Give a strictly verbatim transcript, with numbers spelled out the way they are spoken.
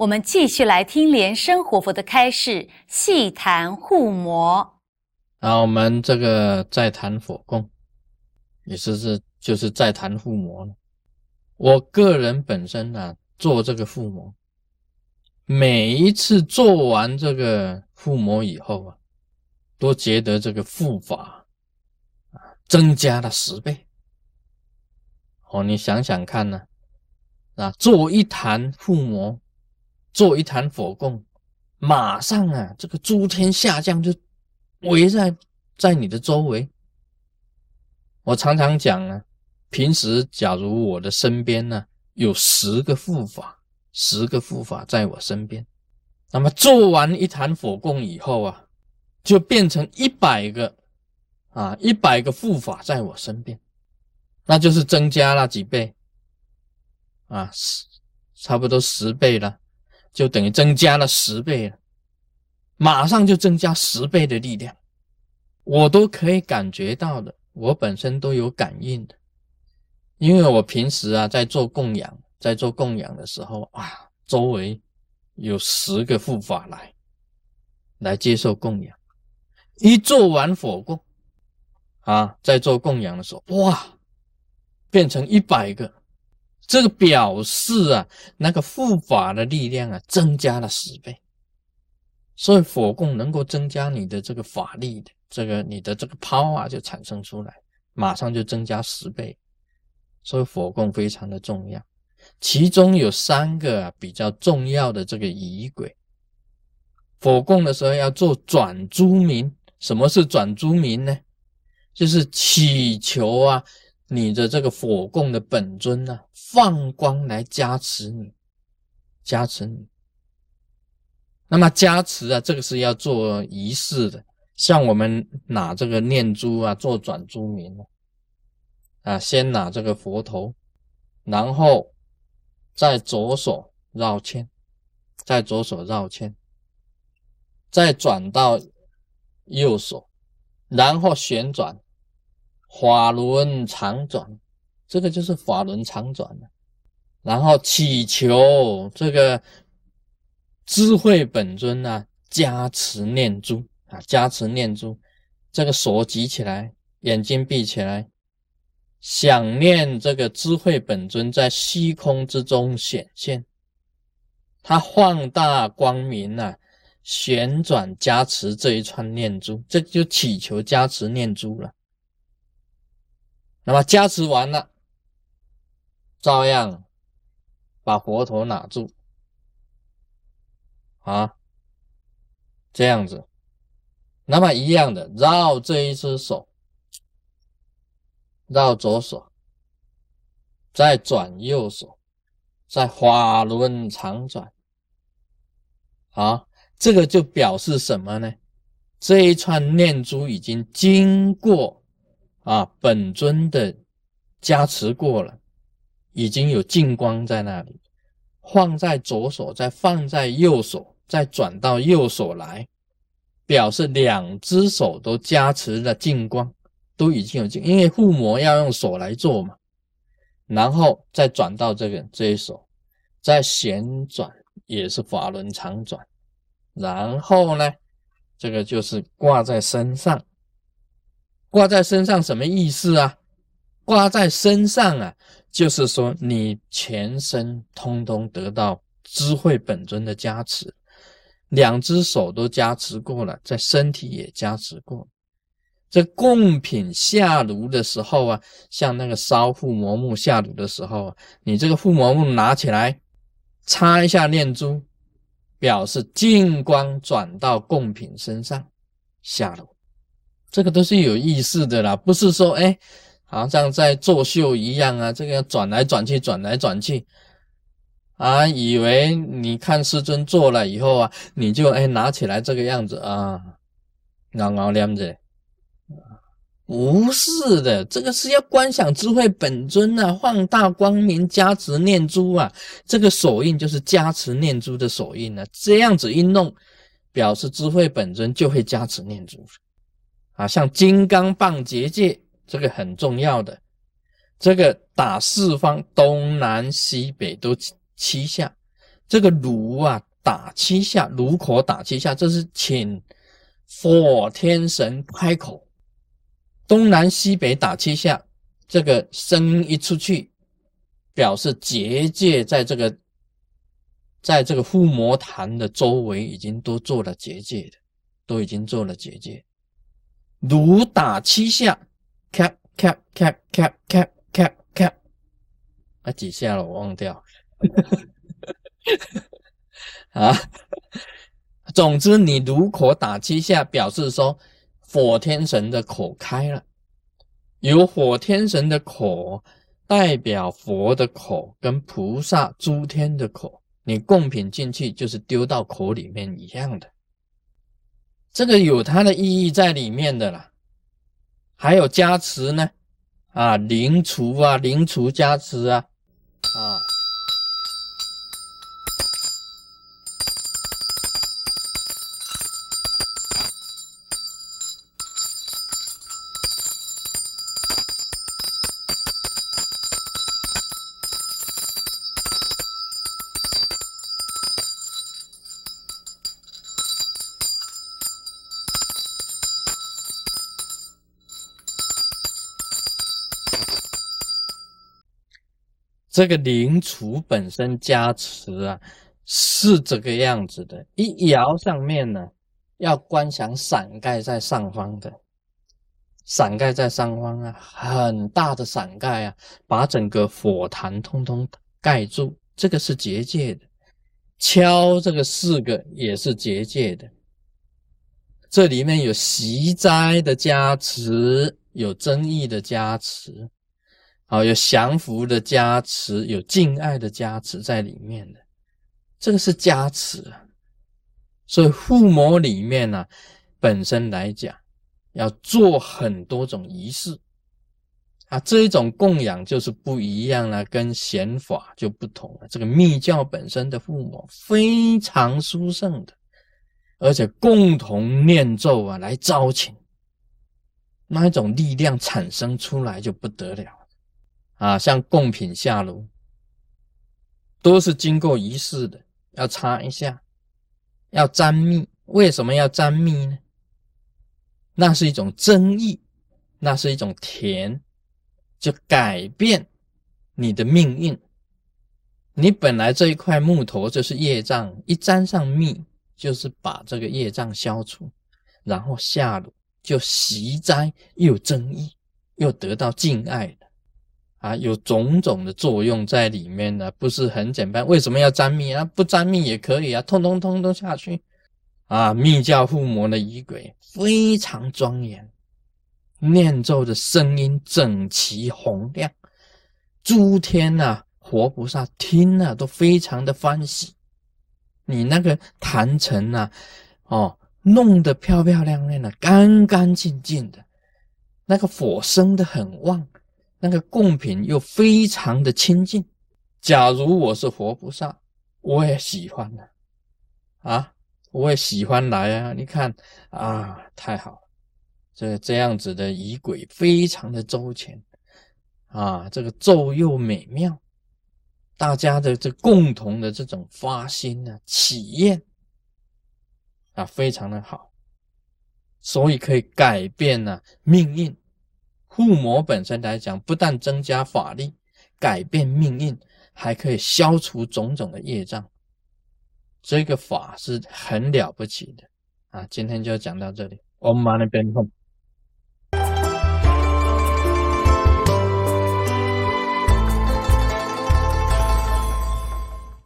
我们继续来听莲生活佛的开示，细谈护摩。 好，我们这个再谈佛供，也是是就是再谈护摩了。我个人本身啊，做这个护摩，每一次做完这个护摩以后啊，都觉得这个护法啊增加了十倍。哦，你想想看呢、啊，啊，做一坛护摩，做一坛佛供，马上啊，这个诸天下降就围在在你的周围。我常常讲啊，平时假如我的身边呢、啊、有十个护法，十个护法在我身边，那么做完一坛佛供以后啊，就变成一百个啊，一百个护法在我身边，那就是增加了几倍啊，差不多十倍了，就等于增加了十倍了，马上就增加十倍的力量，我都可以感觉到的，我本身都有感应的。因为我平时啊在做供养，在做供养的时候啊，周围有十个护法来来接受供养，一做完佛供啊，在做供养的时候，哇，变成一百个，这个表示啊，那个护法的力量啊增加了十倍。所以佛供能够增加你的这个法力的，这个你的这个 power 就产生出来，马上就增加十倍。所以佛供非常的重要，其中有三个、啊、比较重要的这个仪轨。佛供的时候要做转珠明。什么是转珠明呢？就是祈求啊，你的这个佛供的本尊啊，放光来加持你，加持你。那么加持啊，这个是要做仪式的，像我们拿这个念珠啊，做转珠明啊，先拿这个佛头，然后再左手绕圈，再左手绕圈，再转到右手，然后旋转，法轮常转，这个就是法轮常转了。然后祈求这个智慧本尊啊，加持念珠啊，加持念珠，这个手举起来，眼睛闭起来，想念这个智慧本尊在虚空之中显现，它放大光明啊，旋转加持这一串念珠，这就祈求加持念珠了。那么加持完了，照样把佛头拿住啊，这样子。那么一样的，绕这一只手，绕左手，再转右手，再法轮常转。好，这个就表示什么呢？这一串念珠已经经过啊本尊的加持过了，已经有净光在那里，放在左手，再放在右手，再转到右手来，表示两只手都加持了净光，都已经有净，因为护摩要用手来做嘛，然后再转到这个这一手，再旋转，也是法轮常转，然后呢，这个就是挂在身上。挂在身上什么意思啊？挂在身上啊，就是说你全身通通得到智慧本尊的加持，两只手都加持过了，在身体也加持过。这供品下炉的时候啊，像那个烧护摩木下炉的时候啊，你这个护摩木拿起来，插一下念珠，表示净光转到供品身上下炉。这个都是有意思的啦，不是说哎，好像在作秀一样啊，这个转来转去，转来转去啊，以为你看师尊做了以后啊，你就哎拿起来这个样子啊，熬熬念着。不是的，这个是要观想智慧本尊啊，放大光明，加持念珠啊，这个手印就是加持念珠的手印啊，这样子一弄，表示智慧本尊就会加持念珠啊。像金刚棒结界，这个很重要的，这个打四方东南西北都七下， 这个炉啊打七下，炉口打七下，这是请火天神开口，东南西北打七下，这个声音一出去，表示结界在这个在这个护摩坛的周围已经都做了结界的，都已经做了结界。炉打七下，咔咔咔咔咔咔咔，啊几下了我忘掉啊。总之你炉口打七下，表示说火天神的口开了，有火天神的口代表佛的口跟菩萨诸天的口，你贡品进去就是丢到口里面一样的，这个有它的意义在里面的啦。还有加持呢，啊灵除啊灵除加持啊啊。这个灵除本身加持啊，是这个样子的。一摇上面呢，要观想伞盖在上方的，伞盖在上方啊，很大的伞盖啊，把整个佛坛通通盖住，这个是结界的。敲这个四个也是结界的。这里面有息灾的加持，有增益的加持。好，有降伏的加持，有敬爱的加持在里面的，这个是加持啊。所以护摩里面呢、啊，本身来讲要做很多种仪式啊，这一种供养就是不一样了，跟显法就不同了。这个密教本身的护摩非常殊胜的，而且共同念咒啊来招请，那一种力量产生出来就不得了。啊，像贡品下炉都是经过仪式的，要擦一下，要沾蜜。为什么要沾蜜呢？那是一种增益，那是一种甜，就改变你的命运。你本来这一块木头就是业障，一沾上蜜，就是把这个业障消除，然后下炉就息灾，又增益，又得到敬爱的。啊，有种种的作用在里面呢，不是很简单。为什么要沾蜜啊？不沾蜜也可以啊，通通通通下去。啊，密教护摩的仪轨非常庄严，念咒的声音整齐洪亮，诸天啊，活菩萨听啊都非常的欢喜。你那个坛城啊，哦，弄得漂漂亮亮的，干干净净的，那个火生得很旺。那个贡品又非常的清净。假如我是活菩萨，我也喜欢的啊，我也喜欢来啊。你看啊，太好了，这这样子的仪轨非常的周全啊，这个咒又美妙，大家的这共同的这种发心啊、体验啊，非常的好，所以可以改变啊命运。护摩本身来讲，不但增加法力，改变命运，还可以消除种种的业障。这个法是很了不起的啊！今天就讲到这里。Om Mani Padme Hum